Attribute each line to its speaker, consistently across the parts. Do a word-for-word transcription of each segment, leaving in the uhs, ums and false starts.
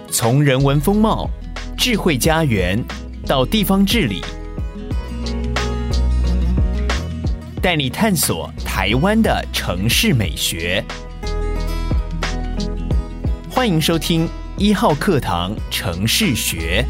Speaker 1: 从人文风貌、智慧家园到地方治理，带你探索台湾的城市美学。欢迎收听一号课堂城市学。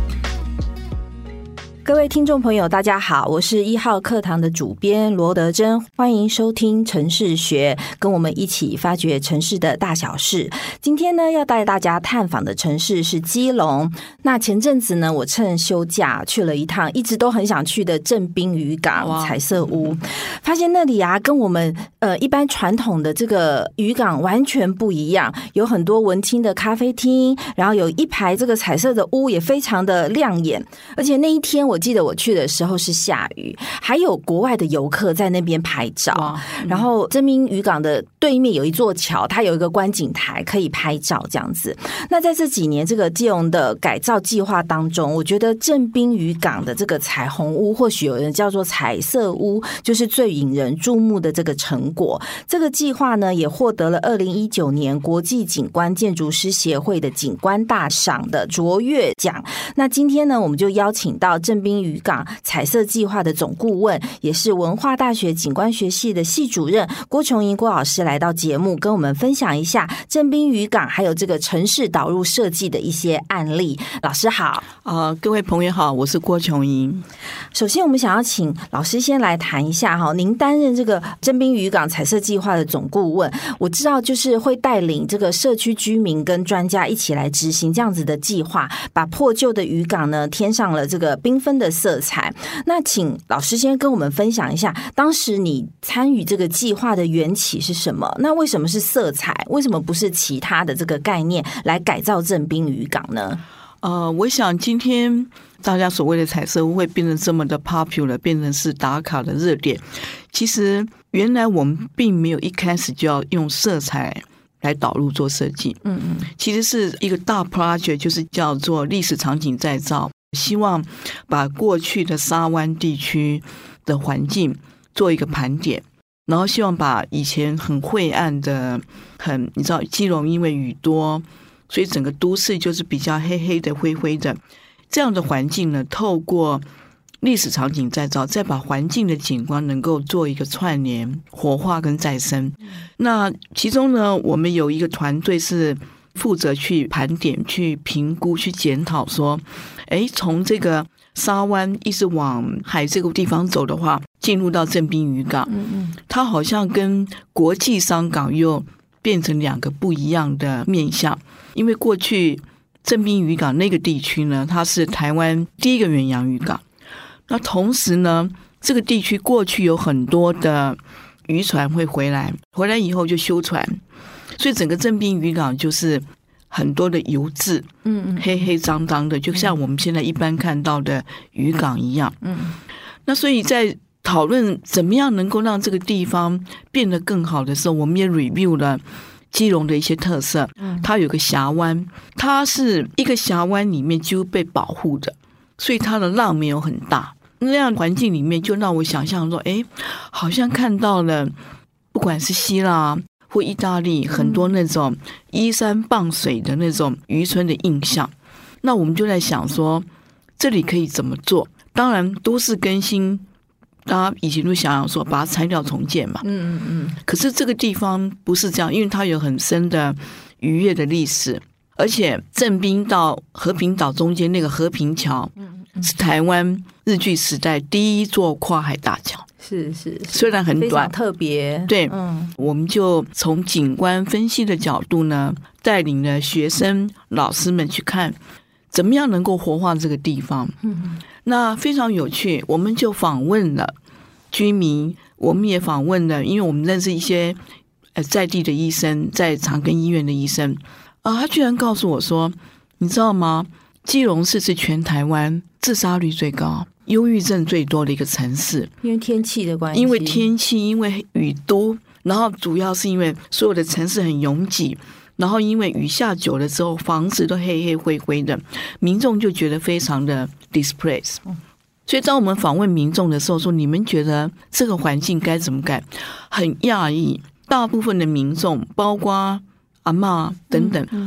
Speaker 2: 各位听众朋友大家好，我是一号课堂的主编罗德珍，欢迎收听城市学，跟我们一起发掘城市的大小事。今天呢，要带大家探访的城市是基隆。那前阵子呢，我趁休假去了一趟一直都很想去的正滨渔港彩色屋，发现那里啊跟我们呃一般传统的这个渔港完全不一样，有很多文青的咖啡厅，然后有一排这个彩色的屋也非常的亮眼，而且那一天我我记得我去的时候是下雨，还有国外的游客在那边拍照。然后正滨渔港的对面有一座桥，它有一个观景台可以拍照这样子。那在这几年这个基隆的改造计划当中，我觉得正滨渔港的这个彩虹屋，或许有人叫做彩色屋，就是最引人注目的这个成果。这个计划呢，也获得了二零一九年国际景观建筑师协会的景观大赏的卓越奖。那今天呢，我们就邀请到正滨渔港彩色计划的总顾问，也是文化大学景观学系的系主任郭琼莹郭老师来到节目，跟我们分享一下正滨渔港还有这个城市导入设计的一些案例。老师好。
Speaker 3: 呃、各位朋友好，我是郭琼莹。
Speaker 2: 首先我们想要请老师先来谈一下哈，您担任这个正滨渔港彩色计划的总顾问，我知道就是会带领这个社区居民跟专家一起来执行这样子的计划，把破旧的渔港呢添上了这个缤纷的色彩。那请老师先跟我们分享一下，当时你参与这个计划的缘起是什么？那为什么是色彩？为什么不是其他的这个概念来改造正滨渔港呢？
Speaker 3: 呃，我想今天大家所谓的彩色屋会变得这么的 popular， 变成是打卡的热点。其实原来我们并没有一开始就要用色彩来导入做设计，嗯嗯，其实是一个大 project， 就是叫做历史场景再造。希望把过去的沙湾地区的环境做一个盘点，然后希望把以前很晦暗的很你知道基隆因为雨多，所以整个都市就是比较黑黑的灰灰的这样的环境呢，透过历史场景再造，再把环境的景观能够做一个串联活化跟再生。那其中呢，我们有一个团队是负责去盘点、去评估、去检讨说，哎，从这个沙湾一直往海这个地方走的话，进入到正滨渔港，嗯嗯，它好像跟国际商港又变成两个不一样的面向。因为过去正滨渔港那个地区呢，它是台湾第一个远洋渔港，那同时呢，这个地区过去有很多的渔船会回来，回来以后就修船。所以整个正滨渔港就是很多的油渍，嗯嗯，黑黑脏脏的，就像我们现在一般看到的渔港一样。嗯，那所以在讨论怎么样能够让这个地方变得更好的时候，我们也 review 了基隆的一些特色。它有个峡湾，它是一个峡湾里面几乎被保护的，所以它的浪没有很大。那样环境里面就让我想象说，哎，好像看到了不管是希腊或意大利很多那种依山傍水的那种渔村的印象。那我们就在想说这里可以怎么做。当然都市更新大家以前都想想说把它拆掉重建嘛，嗯嗯嗯。可是这个地方不是这样，因为它有很深的渔业的历史，而且正滨到和平岛中间那个和平桥是台湾日据时代第一座跨海大桥，
Speaker 2: 是是是，
Speaker 3: 虽然很短，
Speaker 2: 非常特别。
Speaker 3: 对，嗯，我们就从景观分析的角度呢，带领了学生、老师们去看怎么样能够活化这个地方。嗯，那非常有趣，我们就访问了居民，我们也访问了，因为我们认识一些呃在地的医生，在长庚医院的医生啊，他居然告诉我说，你知道吗？基隆市是全台湾自杀率最高、忧郁症最多的一个城市，
Speaker 2: 因为天气的关系，
Speaker 3: 因为天气，因为雨多，然后主要是因为所有的城市很拥挤，然后因为雨下久了之后，房子都黑黑灰灰的，民众就觉得非常的 displace。所以当我们访问民众的时候，说你们觉得这个环境该怎么改，很讶异，大部分的民众，包括阿嬷等等。嗯嗯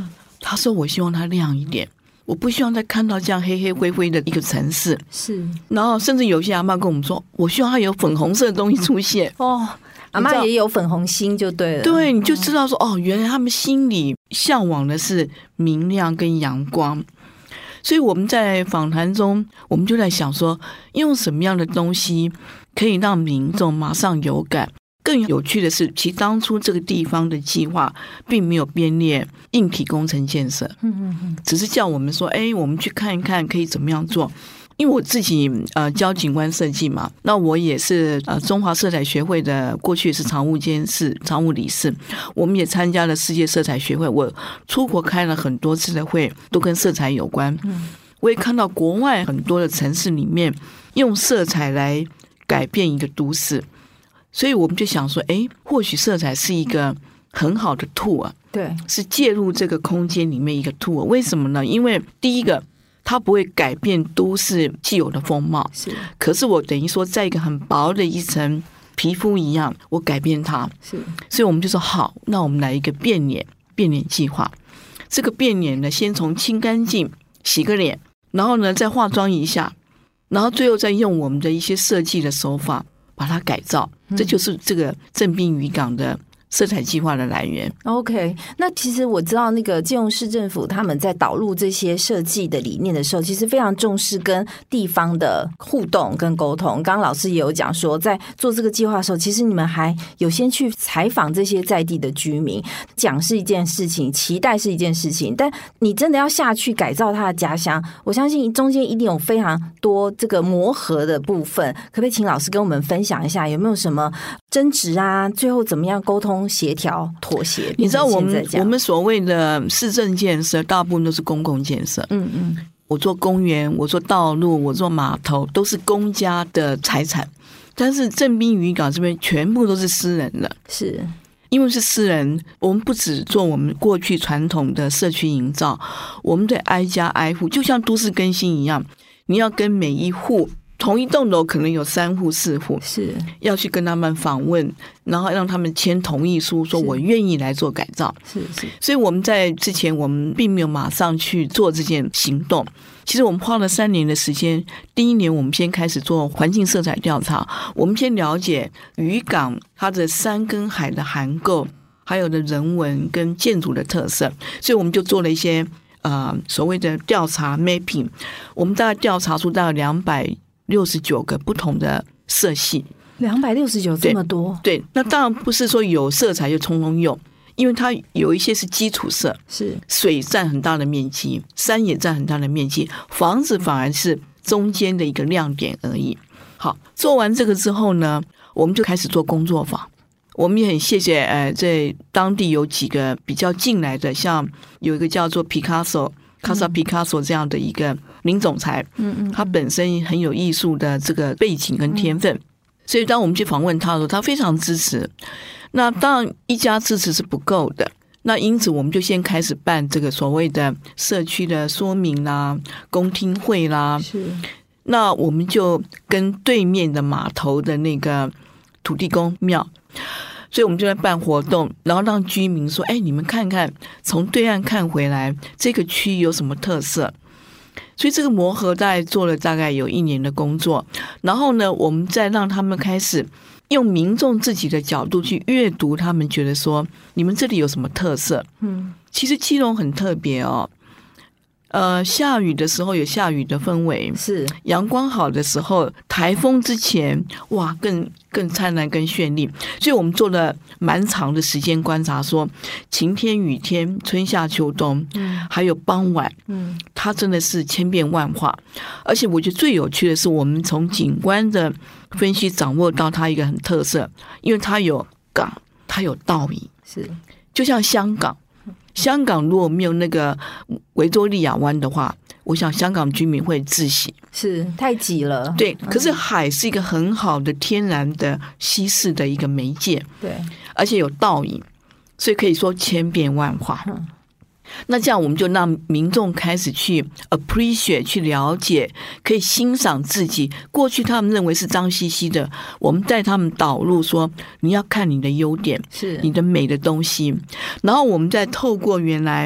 Speaker 3: 他说我希望它亮一点，我不希望再看到这样黑黑灰灰的一个城市。
Speaker 2: 是，
Speaker 3: 然后甚至有些阿嬷跟我们说，我希望它有粉红色的东西出现。
Speaker 2: 哦，阿嬷也有粉红心就对了。
Speaker 3: 对，你就知道说，哦，原来他们心里向往的是明亮跟阳光。所以我们在访谈中，我们就在想说，用什么样的东西可以让民众马上有感。更有趣的是，其实当初这个地方的计划并没有编列硬体工程建设，只是叫我们说，哎，我们去看一看可以怎么样做。因为我自己呃教景观设计嘛，那我也是呃中华色彩学会的，过去也是常务监事、常务理事，我们也参加了世界色彩学会，我出国开了很多次的会，都跟色彩有关。我也看到国外很多的城市里面用色彩来改变一个都市。所以我们就想说，哎，或许色彩是一个很好的 tool 啊，
Speaker 2: 对，
Speaker 3: 是介入这个空间里面一个 tool。为什么呢？因为第一个，它不会改变都市既有的风貌，
Speaker 2: 是。
Speaker 3: 可是我等于说，在一个很薄的一层皮肤一样，我改变它，
Speaker 2: 是。
Speaker 3: 所以我们就说好，那我们来一个变脸变脸计划。这个变脸呢，先从清干净洗个脸，然后呢再化妆一下，然后最后再用我们的一些设计的手法把它改造，这就是这个正滨渔港的色彩计划的来源。
Speaker 2: OK， 那其实我知道那个基隆市政府他们在导入这些设计的理念的时候，其实非常重视跟地方的互动跟沟通。刚刚老师也有讲说，在做这个计划的时候，其实你们还有先去采访这些在地的居民，讲是一件事情，期待是一件事情，但你真的要下去改造他的家乡，我相信中间一定有非常多这个磨合的部分。可不可以请老师跟我们分享一下，有没有什么争执啊？最后怎么样沟通协调妥协？
Speaker 3: 你知道我们我们所谓的市政建设大部分都是公共建设，嗯嗯，我做公园，我做道路，我做码头，都是公家的财产。但是正滨渔港这边全部都是私人的，
Speaker 2: 是
Speaker 3: 因为是私人，我们不只做我们过去传统的社区营造，我们得挨家挨户，就像都市更新一样，你要跟每一户。同一栋楼可能有三户四户，
Speaker 2: 是
Speaker 3: 要去跟他们访问，然后让他们签同意书，说我愿意来做改造。
Speaker 2: 是是，
Speaker 3: 所以我们在之前我们并没有马上去做这件行动。其实我们花了三年的时间，第一年我们先开始做环境色彩调查，我们先了解渔港它的山跟海的涵构，还有的人文跟建筑的特色，所以我们就做了一些呃所谓的调查 mapping， 我们大概调查出大概两百六十九个不同的色系，
Speaker 2: 两百六十九这么多？
Speaker 3: 对，对，那当然不是说有色彩就通通用，因为它有一些是基础色，
Speaker 2: 是
Speaker 3: 水占很大的面积，山也占很大的面积，房子反而是中间的一个亮点而已。好，做完这个之后呢，我们就开始做工作坊。我们也很谢谢，呃，在当地有几个比较进来的，像有一个叫做 Picasso。Casa Picasso 这样的一个林总裁，嗯嗯，他本身很有艺术的这个背景跟天分，所以当我们去访问他的时候，他非常支持。那当然一家支持是不够的，那因此我们就先开始办这个所谓的社区的说明啦、公听会啦。
Speaker 2: 是，
Speaker 3: 那我们就跟对面的码头的那个土地公庙。所以我们就在办活动，然后让居民说，哎，你们看看从对岸看回来这个区有什么特色。所以这个磨合大概做了大概有一年的工作，然后呢我们再让他们开始用民众自己的角度去阅读，他们觉得说你们这里有什么特色。嗯，其实基隆很特别哦，呃，下雨的时候有下雨的氛围，
Speaker 2: 是
Speaker 3: 阳光好的时候，台风之前，哇，更更灿烂、更绚丽。所以我们做了蛮长的时间观察说，说晴天、雨天、春夏秋冬，嗯，还有傍晚，嗯，它真的是千变万化。而且我觉得最有趣的是，我们从景观的分析掌握到它一个很特色，因为它有港，它有倒影，
Speaker 2: 是
Speaker 3: 就像香港。香港如果没有那个维多利亚湾的话，我想香港居民会窒息，
Speaker 2: 是太挤了。
Speaker 3: 对，可是海是一个很好的天然的稀释的一个媒介，
Speaker 2: 对，
Speaker 3: 而且有倒影，所以可以说千变万化。嗯，那这样我们就让民众开始去 appreciate 去了解，可以欣赏自己过去他们认为是脏兮兮的，我们带他们导入说你要看你的优点，
Speaker 2: 是
Speaker 3: 你的美的东西，然后我们再透过原来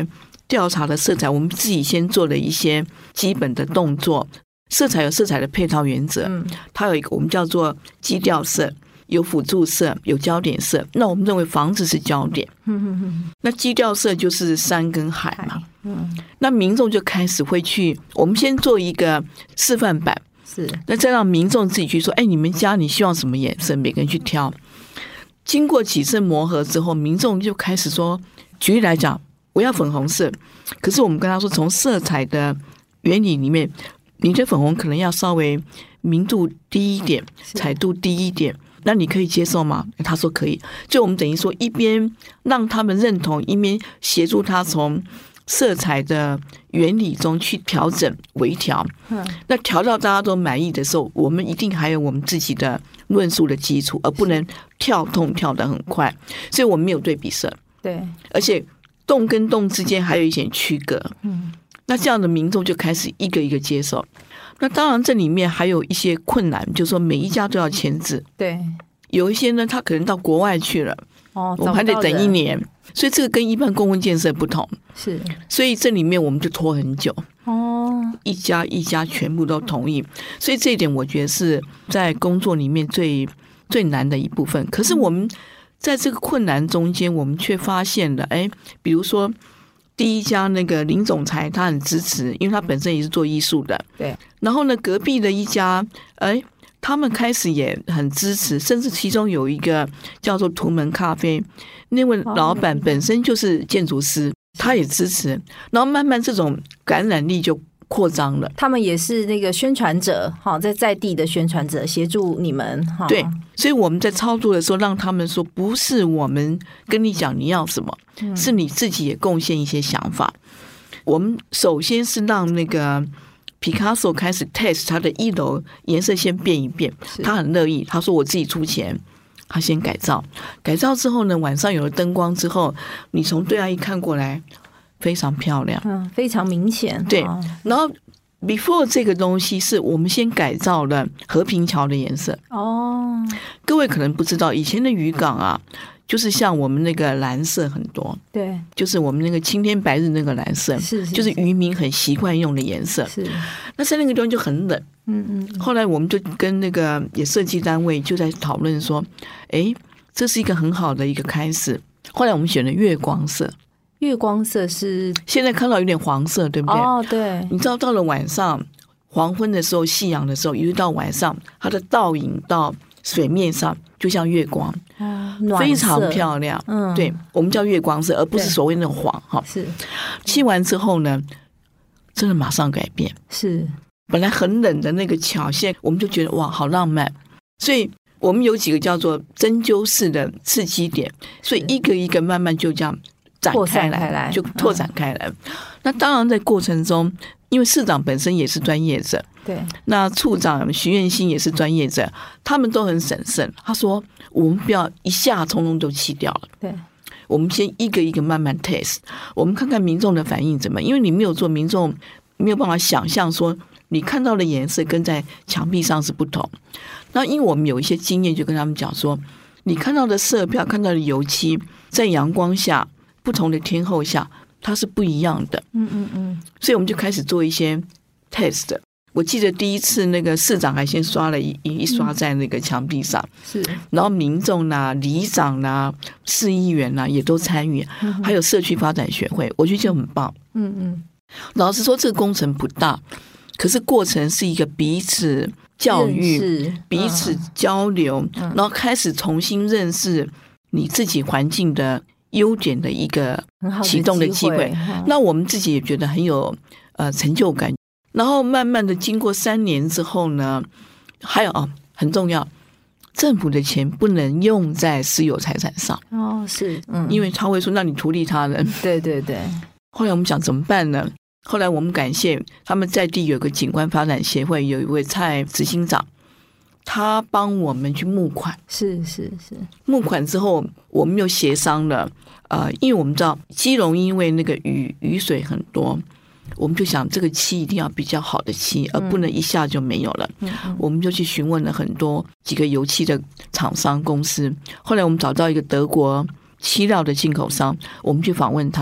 Speaker 3: 调查的色彩，我们自己先做了一些基本的动作。色彩有色彩的配套原则，嗯，它有一个我们叫做基调色，有辅助色，有焦点色。那我们认为房子是焦点，嗯嗯，那基调色就是山跟海嘛，嗯，那民众就开始会去，我们先做一个示范版，
Speaker 2: 是，
Speaker 3: 那再让民众自己去说，哎，你们家你希望什么颜色，每个人去挑。经过几次磨合之后，民众就开始说，举例来讲，我要粉红色，可是我们跟他说，从色彩的原理里面，你的粉红可能要稍微明度低一点，彩度低一点，那你可以接受吗？他说可以。就我们等于说一边让他们认同，一边协助他从色彩的原理中去调整微调。那调到大家都满意的时候，我们一定还有我们自己的论述的基础，而不能跳动跳得很快。所以我们没有对比色，
Speaker 2: 对，
Speaker 3: 而且动跟动之间还有一点区隔。嗯。那这样的民众就开始一个一个接受。那当然这里面还有一些困难，就是说每一家都要签字，
Speaker 2: 对，
Speaker 3: 有一些呢他可能到国外去了，哦，我们还得等一年，所以这个跟一般公共建设不同，
Speaker 2: 是，
Speaker 3: 所以这里面我们就拖很久，
Speaker 2: 哦，
Speaker 3: 一家一家全部都同意，所以这一点我觉得是在工作里面最最难的一部分。可是我们在这个困难中间，我们却发现了，哎，比如说第一家那个林总裁他很支持，因为他本身也是做艺术的，
Speaker 2: 对。
Speaker 3: 然后呢，隔壁的一家，哎，他们开始也很支持，甚至其中有一个叫做图门咖啡，那位老板本身就是建筑师，他也支持。然后慢慢这种感染力就扩张了。
Speaker 2: 他们也是那个宣传者，哈，在在地的宣传者，协助你们，哈。
Speaker 3: 对，所以我们在操作的时候，让他们说，不是我们跟你讲你要什么，嗯，是你自己也贡献一些想法。我们首先是让那个皮卡索开始 test 他的一楼颜色先变一变，他很乐意，他说我自己出钱，他先改造，改造之后呢，晚上有了灯光之后，你从对岸一看过来，非常漂亮，
Speaker 2: 嗯，非常明显。
Speaker 3: 对，然后 before 这个东西是我们先改造了和平桥的颜色。哦，各位可能不知道，以前的渔港啊，就是像我们那个蓝色很多，
Speaker 2: 对，
Speaker 3: 就是我们那个青天白日那个蓝色，
Speaker 2: 是，是，
Speaker 3: 就是渔民很习惯用的颜色。
Speaker 2: 是，
Speaker 3: 那在那个地方就很冷。
Speaker 2: 嗯嗯。
Speaker 3: 后来我们就跟那个也设计单位就在讨论说，哎，这是一个很好的一个开始。后来我们选了月光色。
Speaker 2: 月光色是
Speaker 3: 现在看到有点黄色，对不对？
Speaker 2: 哦，对。
Speaker 3: 你知道到了晚上黄昏的时候，夕阳的时候，一直到晚上，它的倒影到水面上就像月光，
Speaker 2: 哦，
Speaker 3: 非常漂亮。嗯，对，我们叫月光色，而不是所谓那种黄哈。
Speaker 2: 是，
Speaker 3: 漆完之后呢，真的马上改变。
Speaker 2: 是，
Speaker 3: 本来很冷的那个桥，现在我们就觉得哇，好浪漫。所以我们有几个叫做针灸式的刺激点，所以一个一个慢慢就这样展开来，
Speaker 2: 开来
Speaker 3: 就拓展开来。嗯，那当然在过程中，因为市长本身也是专业者，
Speaker 2: 对，
Speaker 3: 那处长徐彦新也是专业者，他们都很审慎。他说我们不要一下通通都弃掉了，
Speaker 2: 对，
Speaker 3: 我们先一个一个慢慢 test， 我们看看民众的反应怎么样。因为你没有做，民众没有办法想象说你看到的颜色跟在墙壁上是不同。那因为我们有一些经验，就跟他们讲说，你看到的色票，看到的油漆，在阳光下，不同的天候下，它是不一样的。
Speaker 2: 嗯嗯嗯。
Speaker 3: 所以我们就开始做一些 test。我记得第一次那个市长还先刷了一一刷在那个墙壁上，
Speaker 2: 是，
Speaker 3: 然后民众啦、里长啦、市议员啦也都参与，嗯，还有社区发展学会，我觉得就很棒。
Speaker 2: 嗯嗯。
Speaker 3: 老实说，这个工程不大，可是过程是一个彼此教育、彼此交流，嗯，然后开始重新认识你自己环境的优点的一个启动的机会。
Speaker 2: 嗯，
Speaker 3: 那我们自己也觉得很有呃成就感。然后慢慢的经过三年之后呢，还有啊，很重要，政府的钱不能用在私有财产上。
Speaker 2: 哦，是，嗯，
Speaker 3: 因为他会说那你图利他人。
Speaker 2: 对对对。
Speaker 3: 后来我们想怎么办呢？后来我们感谢他们在地有个景观发展协会，有一位蔡执行长，他帮我们去募款。
Speaker 2: 是是是。
Speaker 3: 募款之后，我们又协商了，呃，因为我们知道基隆因为那个雨雨水很多。我们就想这个漆一定要比较好的漆，而不能一下就没有了。嗯嗯，我们就去询问了很多几个油漆的厂商公司。后来我们找到一个德国漆料的进口商，我们去访问他，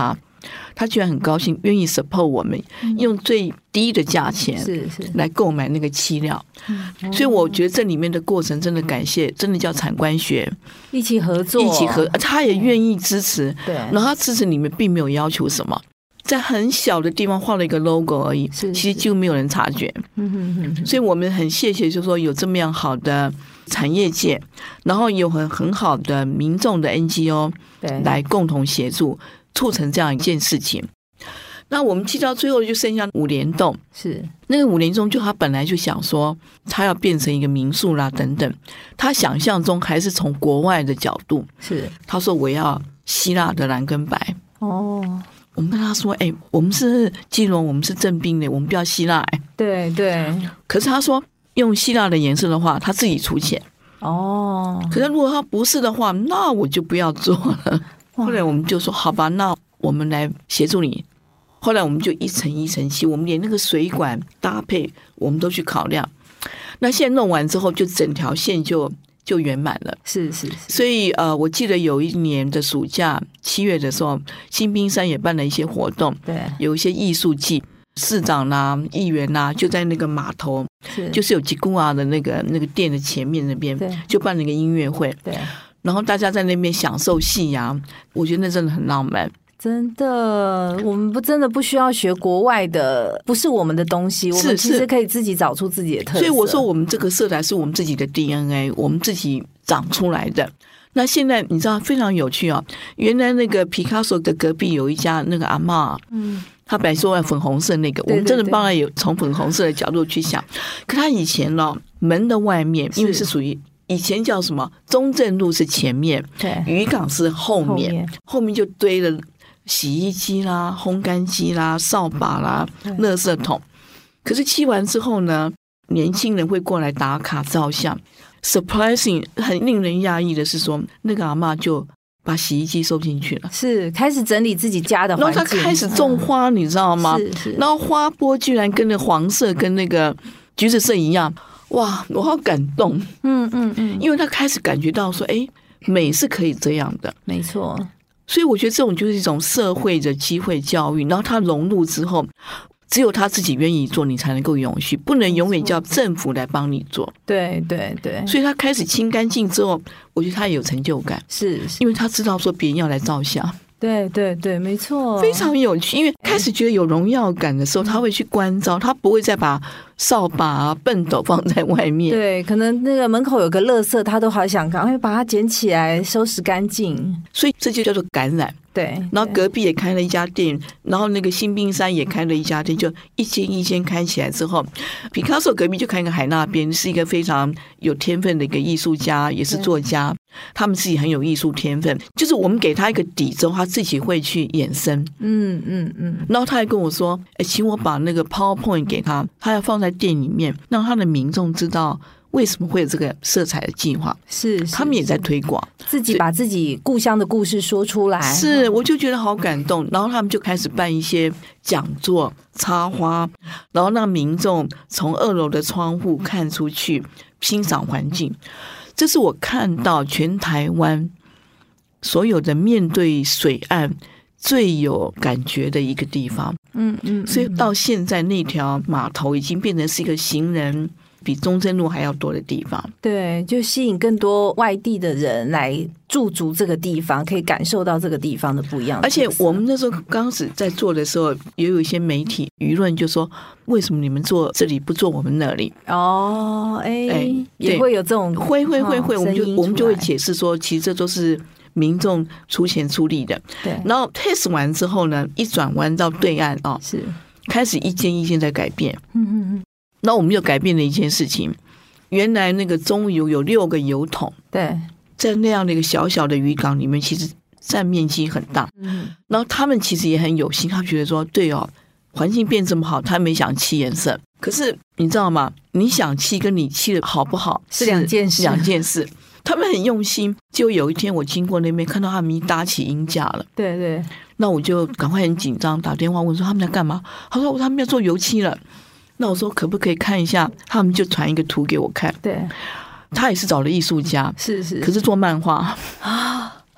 Speaker 3: 他居然很高兴，愿意 support 我们，嗯、用最低的价钱
Speaker 2: 是是
Speaker 3: 来购买那个漆料。嗯、所以我觉得这里面的过程真的感谢，真的叫产官学
Speaker 2: 一起合作，
Speaker 3: 一起合，他也愿意支持。
Speaker 2: 对，
Speaker 3: 然后他支持你们，并没有要求什么。在很小的地方画了一个 logo 而已，其实几乎没有人察觉。
Speaker 2: 嗯哼哼哼，
Speaker 3: 所以我们很谢谢，就是说有这么样好的产业界，然后有很很好的民众的 N G O 来共同协助，促成这样一件事情。那我们漆到最后就剩下五联栋，
Speaker 2: 是
Speaker 3: 那个五联栋，就他本来就想说，他要变成一个民宿啦等等，他想象中还是从国外的角度，
Speaker 2: 是他
Speaker 3: 说我要希腊的蓝跟白
Speaker 2: 哦。
Speaker 3: 我们跟他说：“哎、欸，我们是基隆，我们是正滨的，我们不要希腊、欸。”
Speaker 2: 对对。
Speaker 3: 可是他说用希腊的颜色的话，他自己出钱。
Speaker 2: 哦。
Speaker 3: 可是如果他不是的话，那我就不要做了。后来我们就说：“好吧，那我们来协助你。”后来我们就一层一层漆，我们连那个水管搭配我们都去考量。那现在弄完之后，就整条线就。就圆满了，
Speaker 2: 是是是。
Speaker 3: 所以呃，我记得有一年的暑假七月的时候，新冰山也办了一些活动，
Speaker 2: 对，
Speaker 3: 有一些艺术季，市长啦、啊、议员啦、啊，就在那个码头，
Speaker 2: 是
Speaker 3: 就是有吉古瓦的那个那个店的前面那边，就办了一个音乐会，
Speaker 2: 对，
Speaker 3: 然后大家在那边享受夕阳，我觉得那真的很浪漫。
Speaker 2: 真的，我们不真的不需要学国外的，不是我们的东西，我们其实可以自己找出自己的特色。
Speaker 3: 所以我说，我们这个色彩是我们自己的 D N A， 我们自己长出来的。那现在你知道非常有趣哦，原来那个皮卡索的隔壁有一家那个阿嬷，嗯，他本来说要粉红色那个，
Speaker 2: 对对对，
Speaker 3: 我们真的帮他有从粉红色的角度去想。可他以前呢，门的外面，因为是属于以前叫什么中正路是前面，
Speaker 2: 对，
Speaker 3: 渔港是后面，后面, 后面就堆了。洗衣机啦、烘干机啦、扫把啦、垃圾桶，可是漆完之后呢，年轻人会过来打卡照相。Surprising， 很令人讶异的是说，那个阿嬷就把洗衣机收进去了，
Speaker 2: 是开始整理自己家的环境，
Speaker 3: 然后他开始种花，嗯、你知道吗？
Speaker 2: 是是，
Speaker 3: 然后花波居然跟那黄色跟那个橘子色一样，哇，我好感动。
Speaker 2: 嗯嗯嗯，
Speaker 3: 因为他开始感觉到说，哎，美是可以这样的，
Speaker 2: 没错。
Speaker 3: 所以我觉得这种就是一种社会的机会教育，然后他融入之后，只有他自己愿意做，你才能够永续，不能永远叫政府来帮你做。
Speaker 2: 对对对，
Speaker 3: 所以他开始清干净之后，我觉得他也有成就感，
Speaker 2: 是，
Speaker 3: 因为他知道说别人要来照相。
Speaker 2: 对对对，没错，
Speaker 3: 非常有趣。因为开始觉得有荣耀感的时候，他会去关照，他不会再把扫把啊、畚斗放在外面。
Speaker 2: 对，可能那个门口有个垃圾，他都好想赶快把它捡起来收拾干净。
Speaker 3: 所以这就叫做感染。
Speaker 2: 对，
Speaker 3: 然后隔壁也开了一家店，然后那个新冰山也开了一家店，就一间一间开起来之后，皮卡索隔壁就开一个海那边，是一个非常有天分的一个艺术家，也是作家，他们自己很有艺术天分，就是我们给他一个底之后，他自己会去衍生。
Speaker 2: 嗯嗯嗯。
Speaker 3: 然后他还跟我说，哎，请我把那个 PowerPoint 给他，他要放在店里面，让他的民众知道为什么会有这个色彩的计划。
Speaker 2: 是, 是，
Speaker 3: 他们也在推广，
Speaker 2: 自己把自己故乡的故事说出来。
Speaker 3: 是，我就觉得好感动。然后他们就开始办一些讲座、插花，然后让民众从二楼的窗户看出去，欣赏环境。这是我看到全台湾所有的面对水岸最有感觉的一个地方。
Speaker 2: 嗯嗯，
Speaker 3: 所以到现在那条码头已经变成是一个行人比中正路还要多的地方。
Speaker 2: 对，就吸引更多外地的人来驻足这个地方，可以感受到这个地方的不一样的。
Speaker 3: 而且我们那时候刚开始在做的时候，也有一些媒体舆论就说，为什么你们做这里不做我们那里？
Speaker 2: 哦，哎，哎也会有这种
Speaker 3: 会会会会，
Speaker 2: 哦、
Speaker 3: 我们就我们就会解释说，其实这都是民众出钱出力的。
Speaker 2: 对，
Speaker 3: 然后 test 完之后呢，一转弯到对岸啊、哦，
Speaker 2: 是
Speaker 3: 开始一件一件在改变。
Speaker 2: 嗯嗯嗯。
Speaker 3: 那我们又改变了一件事情，原来那个中油有六个油桶，
Speaker 2: 对，
Speaker 3: 在那样的一个小小的渔港里面，其实占面积很大。
Speaker 2: 嗯，
Speaker 3: 然后他们其实也很有心，他觉得说，对哦，环境变这么好，他们想漆颜色。可是你知道吗？你想漆跟你漆的好不好
Speaker 2: 是两件事，
Speaker 3: 两件事。他们很用心，就有一天我经过那边，看到他们已搭起鹰架了。
Speaker 2: 对对，
Speaker 3: 那我就赶快很紧张，打电话问说他们在干嘛？他说他们要做油漆了。那我说可不可以看一下？他们就传一个图给我看。
Speaker 2: 对，
Speaker 3: 他也是找了艺术家，
Speaker 2: 是是，
Speaker 3: 可是做漫画
Speaker 2: 啊。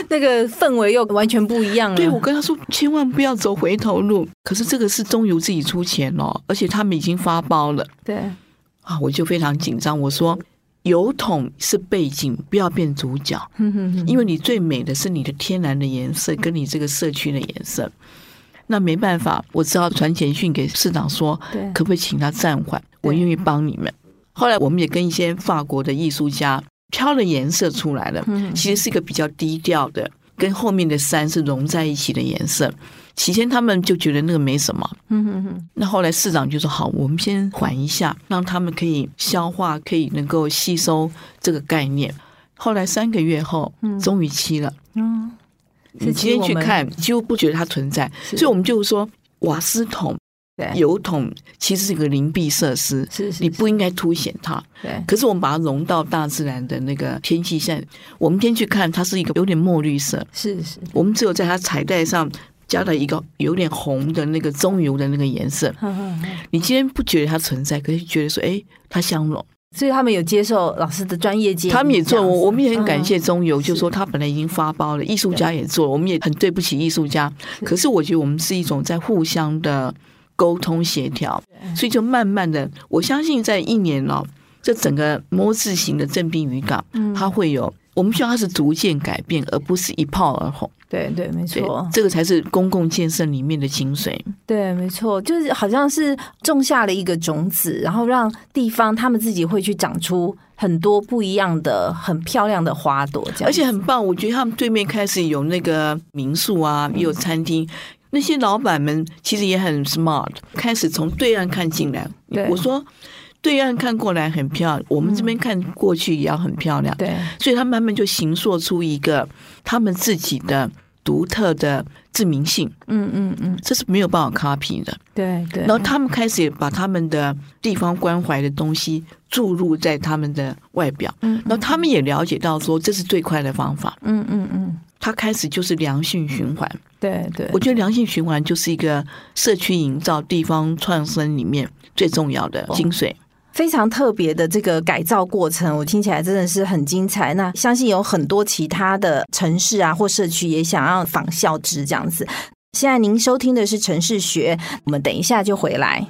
Speaker 2: 那个氛围又完全不一样了。
Speaker 3: 对，我跟他说千万不要走回头路，可是这个是中油自己出钱哦，而且他们已经发包了。
Speaker 2: 对
Speaker 3: 啊，我就非常紧张，我说油桶是背景，不要变主角，因为你最美的是你的天然的颜色跟你这个社区的颜色。那没办法，我只好传简讯给市长说，可不可以请他暂缓，我愿意帮你们。后来我们也跟一些法国的艺术家挑了颜色出来了，其实是一个比较低调的，跟后面的山是融在一起的颜色。起先他们就觉得那个没什么，那后来市长就说好，我们先缓一下，让他们可以消化，可以能够吸收这个概念。后来三个月后终于漆了，嗯，你今天去看几乎不觉得它存在，所以我们就说瓦斯桶油桶其实是一个灵璧设施，是是是，你不应该凸显它。对，可是我们把它融到大自然的那个天气下，我们今天去看它是一个有点墨绿色，是是，我们只有在它彩带上加了一个有点红的那个棕油的那个颜色。你今天不觉得它存在，可是觉得说哎，它相融。
Speaker 2: 所以他们有接受老师的专业建议，
Speaker 3: 他们也做，我们也很感谢中油，就说他本来已经发包了，艺术家也做，我们也很对不起艺术家。可是我觉得我们是一种在互相的沟通协调，所以就慢慢的，我相信在一年哦，这整个摸字型的正滨渔港，嗯，它会有，我们希望它是逐渐改变，而不是一炮而红。
Speaker 2: 对对，没错，
Speaker 3: 这个才是公共建设里面的精髓。
Speaker 2: 对，没错，就是好像是种下了一个种子，然后让地方他们自己会去长出很多不一样的、很漂亮的花朵，这样，
Speaker 3: 而且很棒。我觉得他们对面开始有那个民宿啊，也有餐厅。嗯，那些老板们其实也很 smart， 开始从对岸看进来。我说对岸看过来很漂亮，我们这边看过去也要很漂亮。对，所以他慢慢就形塑出一个他们自己的独特的知名性。嗯嗯嗯，这是没有办法 copy 的。对对。然后他们开始也把他们的地方关怀的东西注入在他们的外表。嗯。然后他们也了解到说这是最快的方法。嗯嗯嗯。他开始就是良性循环。对对，我觉得良性循环就是一个社区营造、地方创生里面最重要的精髓。哦，
Speaker 2: 非常特别的这个改造过程，我听起来真的是很精彩。那相信有很多其他的城市啊或社区也想要仿效之这样子。现在您收听的是城市学，我们等一下就回来。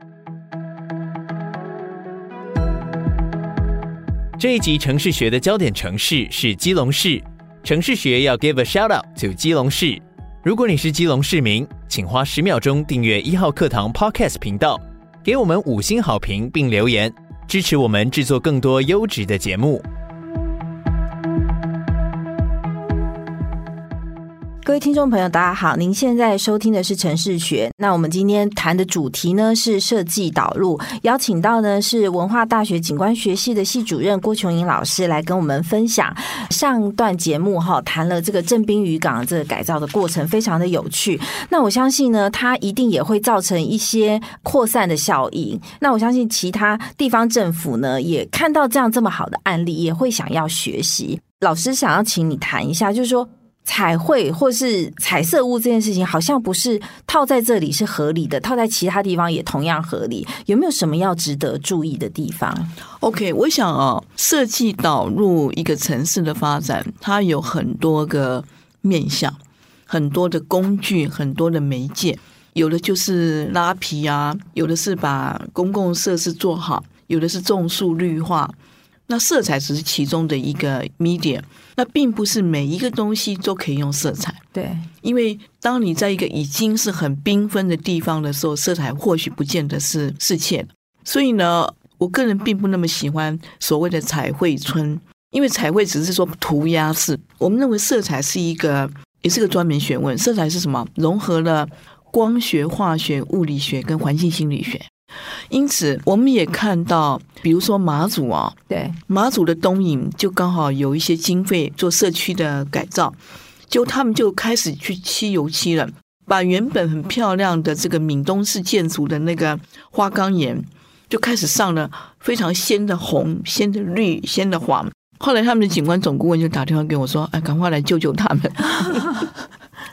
Speaker 1: 这一集城市学的焦点城市是基隆市，城市学要 give a shout out to 基隆市。如果你是基隆市民，请花十秒钟订阅一号课堂 Podcast 频道，给我们五星好评并留言，支持我们制作更多优质的节目。
Speaker 2: 各位听众朋友大家好，您现在收听的是城市学。那我们今天谈的主题呢是设计导入，邀请到呢是文化大学景观学系的系主任郭琼莹老师来跟我们分享。上段节目哈谈了这个正滨渔港这个改造的过程，非常的有趣。那我相信呢它一定也会造成一些扩散的效应。那我相信其他地方政府呢也看到这样这么好的案例，也会想要学习。老师想要请你谈一下，就是说彩绘或是彩色屋这件事情好像不是套在这里是合理的，套在其他地方也同样合理，有没有什么要值得注意的地方？
Speaker 3: OK， 我想啊，设计导入一个城市的发展，它有很多个面向，很多的工具，很多的媒介，有的就是拉皮啊，有的是把公共设施做好，有的是种树绿化，那色彩只是其中的一个 media， 那并不是每一个东西都可以用色彩。对，因为当你在一个已经是很缤纷的地方的时候，色彩或许不见得是适切的。所以呢，我个人并不那么喜欢所谓的彩绘村，因为彩绘只是说涂鸦式。我们认为色彩是一个，也是个专门学问。色彩是什么？融合了光学、化学、物理学跟环境心理学。因此我们也看到比如说马祖啊，对，马祖的东引就刚好有一些经费做社区的改造，就他们就开始去漆油漆了，把原本很漂亮的这个闽东式建筑的那个花岗岩就开始上了非常鲜的红、鲜的绿、鲜的黄。后来他们的景观总顾问就打电话给我说，哎，赶快来救救他们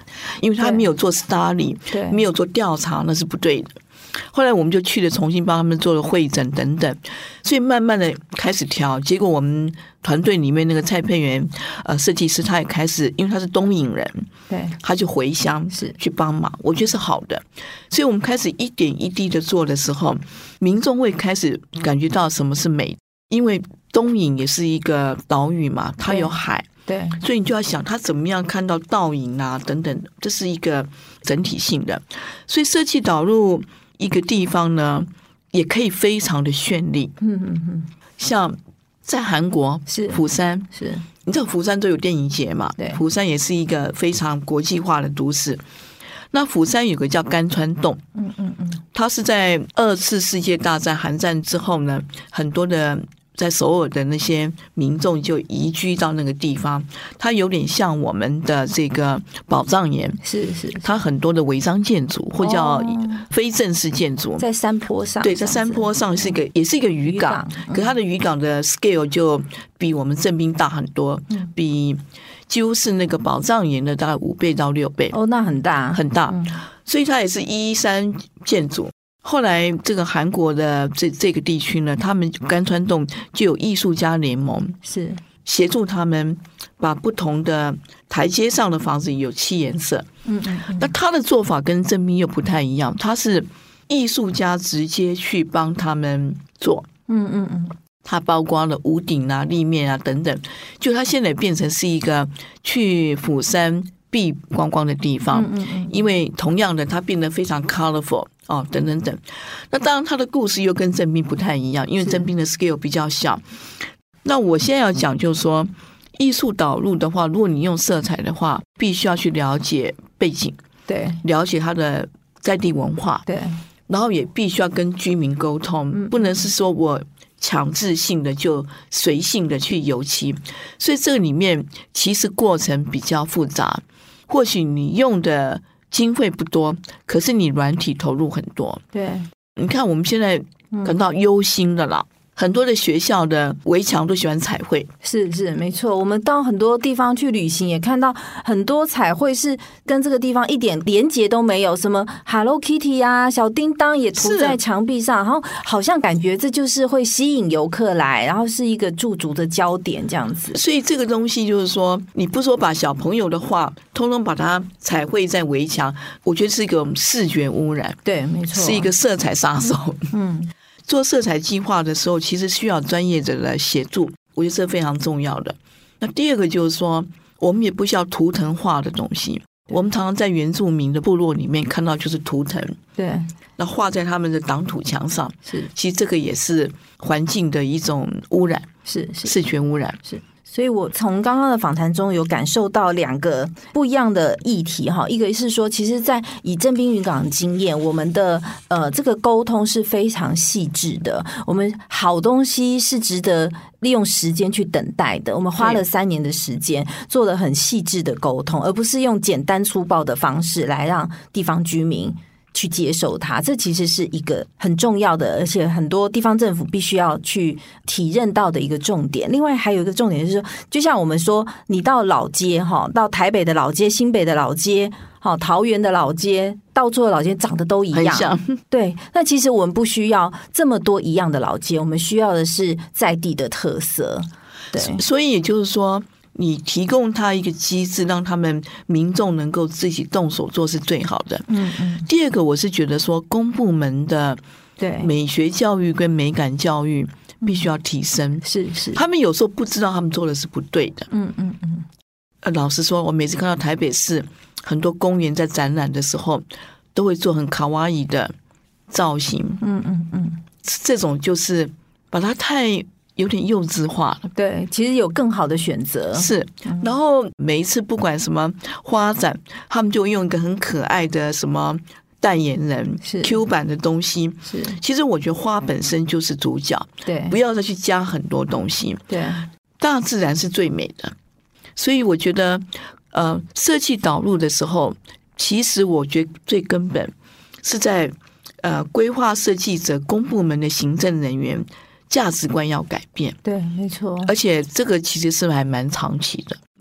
Speaker 3: 因为他没有做 study，
Speaker 2: 对，
Speaker 3: 没有做调查，那是不对的。后来我们就去了，重新帮他们做了会诊等等，所以慢慢的开始调。结果我们团队里面那个蔡佩元呃设计师，他也开始，因为他是东引人，
Speaker 2: 对，
Speaker 3: 他就回乡
Speaker 2: 是
Speaker 3: 去帮忙，我觉得是好的。所以我们开始一点一滴的做的时候，民众会开始感觉到什么是美，因为东引也是一个岛屿嘛，它有海。
Speaker 2: 对，
Speaker 3: 所以你就要想他怎么样看到倒影啊等等，这是一个整体性的。所以设计导入一个地方呢，也可以非常的绚丽。
Speaker 2: 嗯嗯嗯，
Speaker 3: 像在韩国
Speaker 2: 是
Speaker 3: 釜山，
Speaker 2: 是
Speaker 3: 你知道釜山都有电影节嘛？
Speaker 2: 对，
Speaker 3: 釜山也是一个非常国际化的都市。那釜山有个叫甘川洞，
Speaker 2: 嗯嗯嗯，
Speaker 3: 它是在二次世界大战韩战之后呢，很多的。在首尔的那些民众就移居到那个地方，它有点像我们的这个宝藏岩，
Speaker 2: 是是，
Speaker 3: 它很多的违章建筑或叫非正式建筑，
Speaker 2: 在山坡上，
Speaker 3: 对，在山坡上是一个，也是一个渔港，可它的渔港的 scale 就比我们正滨大很多，比几乎是那个宝藏岩的大概五倍到六倍，
Speaker 2: 哦，那很大
Speaker 3: 很大，所以它也是依山建筑。后来这个韩国的这这个地区呢，他们甘川洞就有艺术家联盟，
Speaker 2: 是
Speaker 3: 协助他们把不同的台阶上的房子有七颜色。
Speaker 2: 嗯嗯嗯，
Speaker 3: 那他的做法跟正滨又不太一样，他是艺术家直接去帮他们做。
Speaker 2: 嗯嗯嗯，
Speaker 3: 它包括了屋顶啊、立面啊等等，就它现在变成是一个去釜山避光光的地方，
Speaker 2: 嗯嗯嗯，
Speaker 3: 因为同样的，它变得非常 colorful 哦，等等等。那当然，它的故事又跟正滨不太一样，因为正滨的 scale 比较小。那我现在要讲，就是说，艺术导入的话，如果你用色彩的话，必须要去了解背景，
Speaker 2: 对，
Speaker 3: 了解它的在地文化，
Speaker 2: 对，
Speaker 3: 然后也必须要跟居民沟通，
Speaker 2: 嗯、
Speaker 3: 不能是说我强制性的就随性的去油漆，所以这个里面其实过程比较复杂。或许你用的经费不多，可是你软体投入很多。
Speaker 2: 对，
Speaker 3: 你看我们现在感到忧心的啦。嗯，很多的学校的围墙都喜欢彩绘，
Speaker 2: 是是没错。我们到很多地方去旅行，也看到很多彩绘是跟这个地方一点连结都没有，什么 Hello Kitty 啊、小叮当也涂在墙壁上，然后好像感觉这就是会吸引游客来，然后是一个驻足的焦点这样子。
Speaker 3: 所以这个东西就是说，你不说把小朋友的画通通把它彩绘在围墙，我觉得是一个视觉污染，
Speaker 2: 对，没错，
Speaker 3: 是一个色彩杀手。
Speaker 2: 嗯。
Speaker 3: 做色彩计划的时候，其实需要专业者来协助，我觉得这非常重要的。那第二个就是说，我们也不需要图腾化的东西。我们常常在原住民的部落里面看到就是图腾，
Speaker 2: 对，
Speaker 3: 那画在他们的挡土墙上，
Speaker 2: 是，
Speaker 3: 其实这个也是环境的一种污染，
Speaker 2: 是是
Speaker 3: 视觉污染，
Speaker 2: 是。所以我从刚刚的访谈中有感受到两个不一样的议题哈，一个是说，其实在以正滨渔港的经验，我们的呃这个沟通是非常细致的，我们好东西是值得利用时间去等待的，我们花了三年的时间做了很细致的沟通，而不是用简单粗暴的方式来让地方居民去接受它，这其实是一个很重要的，而且很多地方政府必须要去体认到的一个重点。另外还有一个重点就是说，就像我们说，你到老街哈，到台北的老街、新北的老街、好桃园的老街，到处的老街长得都一样，对。那其实我们不需要这么多一样的老街，我们需要的是在地的特色。对，
Speaker 3: 所以也就是说，你提供他一个机制，让他们民众能够自己动手做是最好的。
Speaker 2: 嗯嗯。
Speaker 3: 第二个，我是觉得说，公部门的
Speaker 2: 对
Speaker 3: 美学教育跟美感教育必须要提升。
Speaker 2: 是是，
Speaker 3: 他们有时候不知道他们做的是不对的。
Speaker 2: 嗯嗯嗯。
Speaker 3: 呃，老实说，我每次看到台北市很多公园在展览的时候，都会做很卡哇伊的造型。
Speaker 2: 嗯嗯嗯，
Speaker 3: 这种就是把它太有点幼稚化了。
Speaker 2: 对，其实有更好的选择。
Speaker 3: 是，然后每一次不管什么花展，他们就用一个很可爱的什么代言人，是 Q 版的东西。
Speaker 2: 是，
Speaker 3: 其实我觉得花本身就是主角，
Speaker 2: 对，
Speaker 3: 不要再去加很多东西。
Speaker 2: 对，
Speaker 3: 大自然是最美的。所以我觉得，呃，设计导入的时候，其实我觉得最根本是在呃规划设计者、公部门的行政人员价值观要改变。
Speaker 2: 对，没错。
Speaker 3: 而且这个其实是还蛮长期的。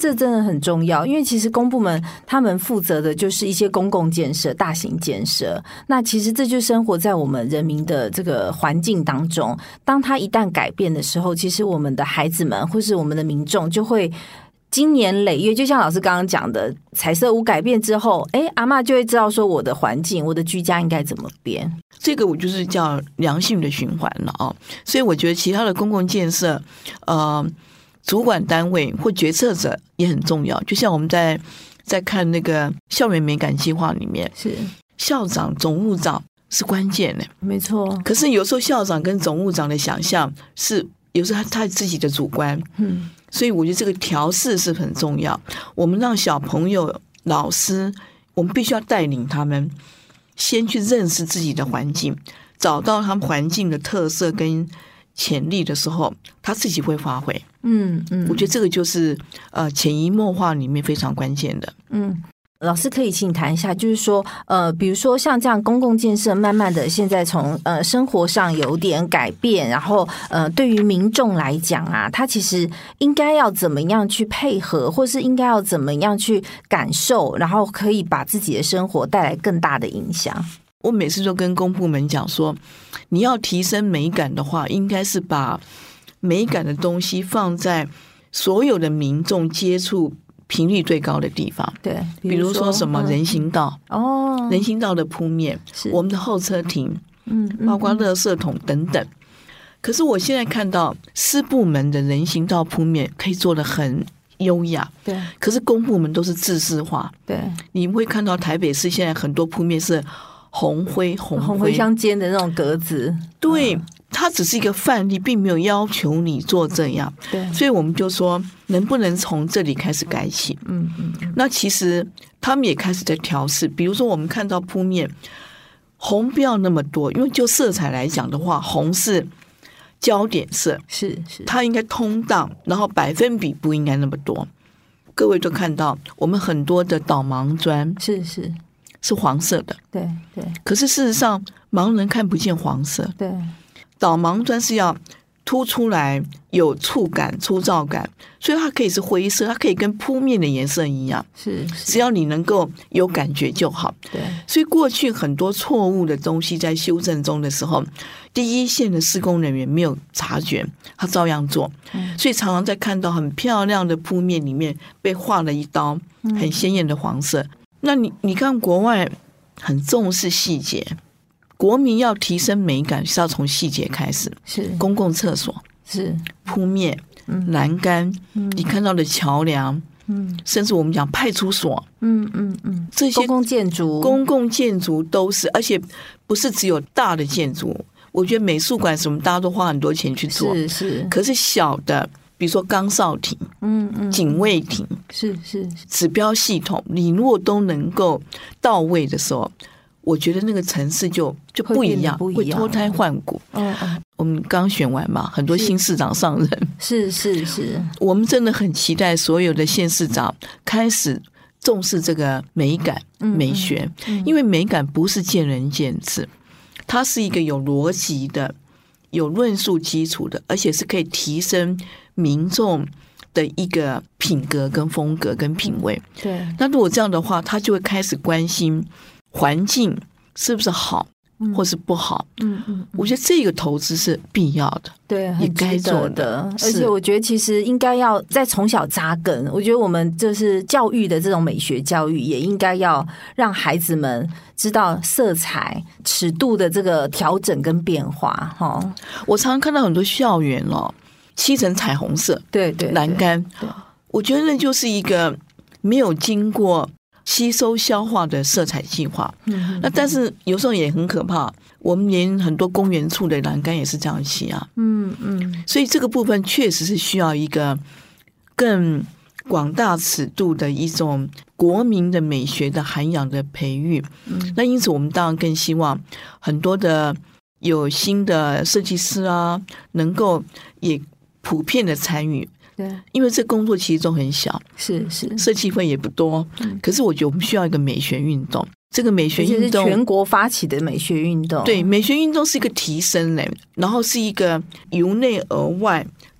Speaker 2: 这真的很重要，因为其实公部门他们负责的就是一些公共建设、大型建设。那其实这就生活在我们人民的这个环境当中。当它一旦改变的时候，其实我们的孩子们或是我们的民众就会经年累月，就像老师刚刚讲的，彩色屋改变之后，哎，阿嬷就会知道说我的环境、我的居家应该怎么变。
Speaker 3: 这个我就是叫良性的循环了啊。所以我觉得其他的公共建设，呃。主管单位或决策者也很重要，就像我们在在看那个校园美感计划里面，
Speaker 2: 是
Speaker 3: 校长、总务长是关键的，
Speaker 2: 没错。
Speaker 3: 可是有时候校长跟总务长的想象是有时候他他自己的主观，嗯，所以我觉得这个调试是很重要。我们让小朋友、老师，我们必须要带领他们先去认识自己的环境，找到他们环境的特色跟潜力的时候，他自己会发挥。嗯嗯，我觉得这个就是呃潜移默化里面非常关键的。嗯，
Speaker 2: 老师可以请你谈一下，就是说呃，比如说像这样公共建设，慢慢的现在从呃生活上有点改变，然后呃对于民众来讲啊，他其实应该要怎么样去配合，或是应该要怎么样去感受，然后可以把自己的生活带来更大的影响。
Speaker 3: 我每次都跟公部门讲说，你要提升美感的话，应该是把美感的东西放在所有的民众接触频率最高的地方。
Speaker 2: 对，
Speaker 3: 比如, 比如说什么人行道、嗯、哦，人行道的铺面，我们的候车亭，嗯，包括垃圾桶等等。可是我现在看到私部门的人行道铺面可以做得很优雅，
Speaker 2: 对，
Speaker 3: 可是公部门都是制式化，
Speaker 2: 对，
Speaker 3: 你会看到台北市现在很多铺面是红灰红灰
Speaker 2: 红灰相间的那种格子，
Speaker 3: 对，它只是一个范例，并没有要求你做这样。
Speaker 2: 对，
Speaker 3: 所以我们就说，能不能从这里开始改起？嗯嗯。那其实他们也开始在调试，比如说我们看到铺面红不要那么多，因为就色彩来讲的话，红是焦点色，
Speaker 2: 是是，
Speaker 3: 它应该通荡，然后百分比不应该那么多。各位都看到，我们很多的导盲砖
Speaker 2: 是是。
Speaker 3: 是黄色的，
Speaker 2: 对对。
Speaker 3: 可是事实上，盲人看不见黄色。
Speaker 2: 对，
Speaker 3: 导盲砖是要凸出来，有触感、粗糙感，所以它可以是灰色，它可以跟铺面的颜色一样。
Speaker 2: 是，是
Speaker 3: 只要你能够有感觉就好。
Speaker 2: 对，
Speaker 3: 所以过去很多错误的东西在修正中的时候，第一线的施工人员没有察觉，他照样做，嗯、所以常常在看到很漂亮的铺面里面被划了一刀，很鲜艳的黄色。嗯那你你看国外很重视细节，国民要提升美感是要从细节开始，
Speaker 2: 是
Speaker 3: 公共厕所，
Speaker 2: 是
Speaker 3: 铺面、嗯、栏杆、嗯，你看到的桥梁，嗯，甚至我们讲派出所，
Speaker 2: 嗯嗯嗯，
Speaker 3: 这些
Speaker 2: 公共建筑，
Speaker 3: 公共建筑都是，而且不是只有大的建筑，我觉得美术馆什么大家都花很多钱去做，
Speaker 2: 是是，
Speaker 3: 可是小的。比如说岗哨亭、嗯嗯、警卫亭，
Speaker 2: 是是
Speaker 3: 指标系统，你如果都能够到位的时候，我觉得那个城市就就不一样，
Speaker 2: 会,
Speaker 3: 会脱胎换骨。嗯嗯，我们刚选完嘛，很多新市长上任，
Speaker 2: 是是是，
Speaker 3: 我们真的很期待所有的县市长开始重视这个美感、嗯、美学、嗯，因为美感不是见仁见智，它是一个有逻辑的、有论述基础的，而且是可以提升民众的一个品格跟风格跟品味。
Speaker 2: 对，
Speaker 3: 那如果这样的话，他就会开始关心环境是不是好，嗯、或是不好。嗯嗯，我觉得这个投资是必要的，
Speaker 2: 对，
Speaker 3: 也该做的。
Speaker 2: 而且我觉得其实应该要在从小扎根。我觉得我们就是教育的这种美学教育，也应该要让孩子们知道色彩、尺度的这个调整跟变化。哈，
Speaker 3: 我常常看到很多校园哦。漆成彩虹色，
Speaker 2: 对对，
Speaker 3: 栏杆，我觉得那就是一个没有经过吸收消化的色彩计划。嗯，那但是有时候也很可怕，我们连很多公园处的栏杆也是这样漆啊。嗯嗯，所以这个部分确实是需要一个更广大尺度的一种国民的美学的涵养的培育。嗯，那因此我们当然更希望很多的有新的设计师啊，能够也普遍的参与，
Speaker 2: 对，
Speaker 3: 因为这工作其实都很小，
Speaker 2: 是是，
Speaker 3: 设计费也不多，嗯，可是我觉得我们需要一个美学运动，这个美学运动
Speaker 2: 是全国发起的美学运动，
Speaker 3: 对，美学运动是一个提升嘞，然后是一个由内而外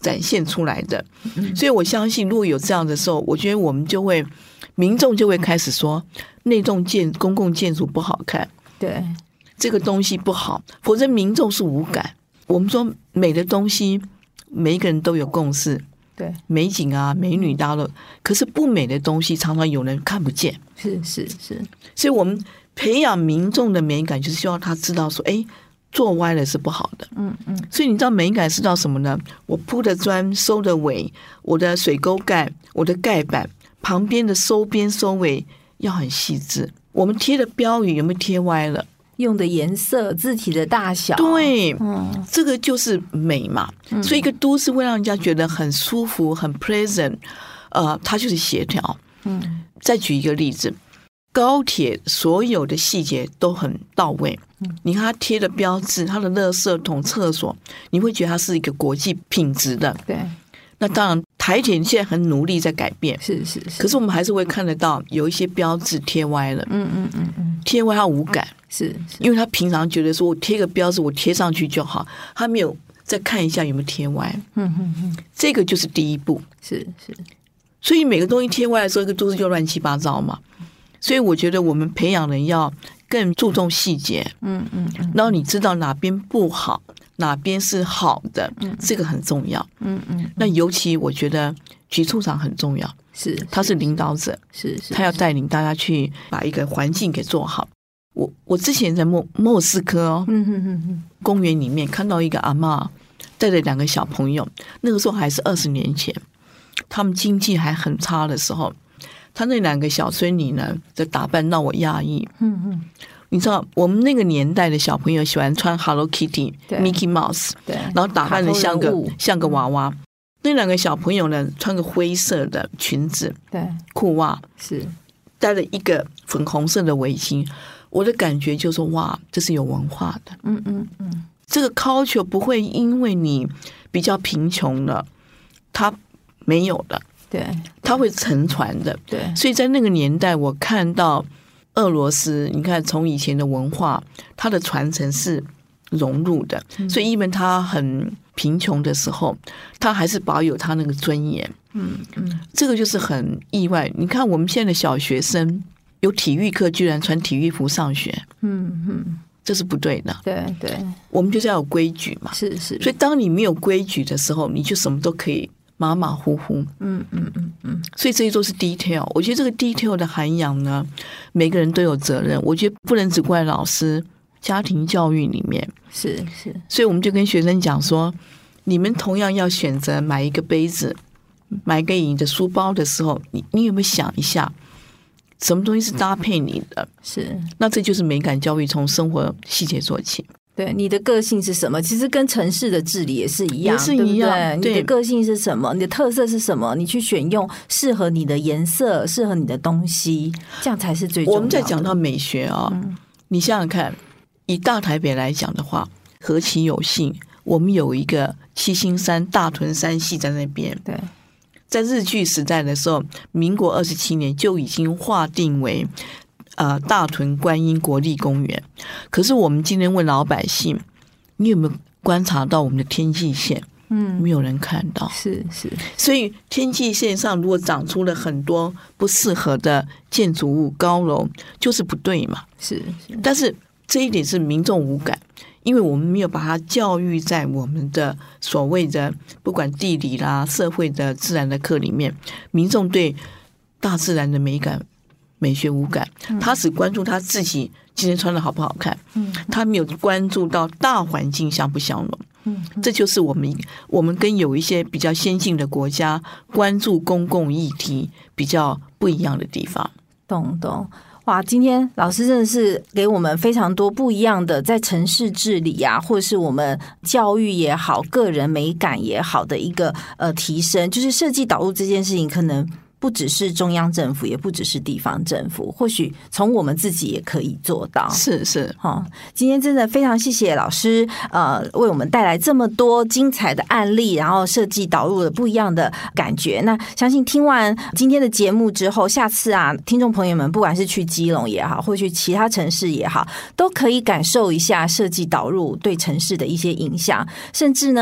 Speaker 3: 展现出来的。所以我相信如果有这样的时候，我觉得我们就会民众就会开始说内栋建公共建筑不好看，
Speaker 2: 对，
Speaker 3: 这个东西不好，否则民众是无感。我们说美的东西每一个人都有共识，
Speaker 2: 对，
Speaker 3: 美景啊美女大家都，可是不美的东西常常有人看不见，
Speaker 2: 是是是，
Speaker 3: 所以我们培养民众的美感就是希望他知道说，哎，做歪了是不好的。
Speaker 2: 嗯嗯，
Speaker 3: 所以你知道美感是到什么呢？我铺的砖收的尾，我的水沟盖，我的盖板旁边的收边收尾要很细致，我们贴的标语有没有贴歪了，
Speaker 2: 用的颜色字体的大小，
Speaker 3: 对，
Speaker 2: 嗯，
Speaker 3: 这个就是美嘛。
Speaker 2: 嗯，
Speaker 3: 所以一个都市会让人家觉得很舒服很 pleasant， 呃，它就是协调。
Speaker 2: 嗯，
Speaker 3: 再举一个例子，高铁所有的细节都很到位，
Speaker 2: 嗯，
Speaker 3: 你看它贴的标志，它的垃圾桶厕所，你会觉得它是一个国际品质的。
Speaker 2: 对，
Speaker 3: 那当然台铁现在很努力在改变，
Speaker 2: 是是是，
Speaker 3: 可是我们还是会看得到有一些标志贴歪了。
Speaker 2: 嗯嗯嗯嗯，
Speaker 3: 贴歪它无感，
Speaker 2: 是是，
Speaker 3: 因为他平常觉得说我贴个标志我贴上去就好，他没有再看一下有没有贴歪。
Speaker 2: 嗯嗯嗯，
Speaker 3: 这个就是第一步。
Speaker 2: 是是，
Speaker 3: 所以每个东西贴歪的时候，这个都市就乱七八糟嘛。所以我觉得我们培养人要更注重细节，
Speaker 2: 嗯嗯嗯，
Speaker 3: 然后你知道哪边不好，哪边是好的，
Speaker 2: 嗯，
Speaker 3: 这个很重要。
Speaker 2: 嗯嗯，
Speaker 3: 那尤其我觉得局处长很重要，
Speaker 2: 是
Speaker 3: 他是领导者，
Speaker 2: 是是，
Speaker 3: 他要带领大家去把一个环境给做好。我我之前在莫莫斯科哦，
Speaker 2: 嗯嗯嗯嗯，
Speaker 3: 公园里面看到一个阿嬷带着两个小朋友，那个时候还是二十年前，他们经济还很差的时候，他那两个小孙女呢的打扮让我讶异。
Speaker 2: 嗯嗯，
Speaker 3: 你知道我们那个年代的小朋友喜欢穿 Hello Kitty、Mickey Mouse，
Speaker 2: 对，
Speaker 3: 然后打扮的像个像个娃娃。
Speaker 2: 嗯，
Speaker 3: 那两个小朋友呢，穿个灰色的裙子、
Speaker 2: 对，
Speaker 3: 裤袜，
Speaker 2: 是
Speaker 3: 戴了一个粉红色的围巾。我的感觉就是哇，这是有文化的。
Speaker 2: 嗯嗯嗯，
Speaker 3: 这个 culture 不会因为你比较贫穷了，它没有了，
Speaker 2: 对，
Speaker 3: 它会承传的。
Speaker 2: 对，
Speaker 3: 所以在那个年代，我看到俄罗斯，你看从以前的文化，它的传承是融入的，
Speaker 2: 嗯，
Speaker 3: 所以因为它很贫穷的时候，它还是保有它那个尊严。
Speaker 2: 嗯嗯，
Speaker 3: 这个就是很意外。你看我们现在的小学生有体育课居然穿体育服上学，
Speaker 2: 嗯嗯，
Speaker 3: 这是不对的。
Speaker 2: 对对，
Speaker 3: 我们就是要有规矩嘛。
Speaker 2: 是是，
Speaker 3: 所以当你没有规矩的时候，你就什么都可以马马虎虎。
Speaker 2: 嗯嗯嗯嗯，
Speaker 3: 所以这些都是 detail。我觉得这个 detail 的涵养呢，每个人都有责任。我觉得不能只怪老师，家庭教育里面
Speaker 2: 是是。
Speaker 3: 所以我们就跟学生讲说，你们同样要选择买一个杯子，买给你的书包的时候，你你有没有想一下？什么东西是搭配你的？
Speaker 2: 是，
Speaker 3: 那这就是美感教育，从生活细节做起。
Speaker 2: 对，你的个性是什么？其实跟城市的治理也是一样，
Speaker 3: 也是一样。
Speaker 2: 对不对？你的个性是什么？你的特色是什么？你去选用适合你的颜色，适合你的东西，这样才是最重要的。
Speaker 3: 我们在讲到美学啊、哦嗯，你想想看，以大台北来讲的话，何其有幸，我们有一个七星山、大屯山系在那边。
Speaker 2: 对。
Speaker 3: 在日据时代的时候，民国二十七年就已经划定为呃大屯观音国立公园。可是我们今天问老百姓，你有没有观察到我们的天际线？嗯，没有人看到。
Speaker 2: 是是，
Speaker 3: 所以天际线上如果长出了很多不适合的建筑物、高楼，就是不对嘛。
Speaker 2: 是是，
Speaker 3: 但是这一点是民众无感。因为我们没有把它教育在我们的所谓的不管地理啦、社会的自然的课里面，民众对大自然的美感、美学无感，他只关注他自己今天穿的好不好看，他没有关注到大环境相不相容。这就是我们我们跟有一些比较先进的国家关注公共议题比较不一样的地方。
Speaker 2: 懂懂。哇，今天老师真的是给我们非常多不一样的在城市治理啊，或者是我们教育也好，个人美感也好的一个呃提升。就是设计导入这件事情，可能不只是中央政府，也不只是地方政府，或许从我们自己也可以做到。
Speaker 3: 是是，
Speaker 2: 哦，今天真的非常谢谢老师，呃，为我们带来这么多精彩的案例，然后设计导入了不一样的感觉。那相信听完今天的节目之后，下次啊，听众朋友们不管是去基隆也好，或去其他城市也好，都可以感受一下设计导入对城市的一些影响，甚至呢，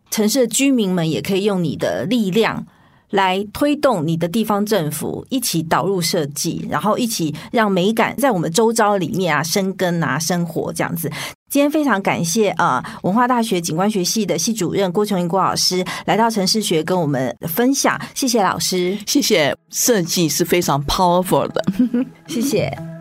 Speaker 2: 城市的居民们也可以用你的力量来推动你的地方政府一起导入设计，然后一起让美感在我们周遭里面啊生根啊生活这样子。今天非常感谢呃文化大学景观学系的系主任郭琼英郭老师来到城市学跟我们分享，谢谢老师。
Speaker 3: 谢谢。设计是非常 powerful 的，
Speaker 2: 谢谢。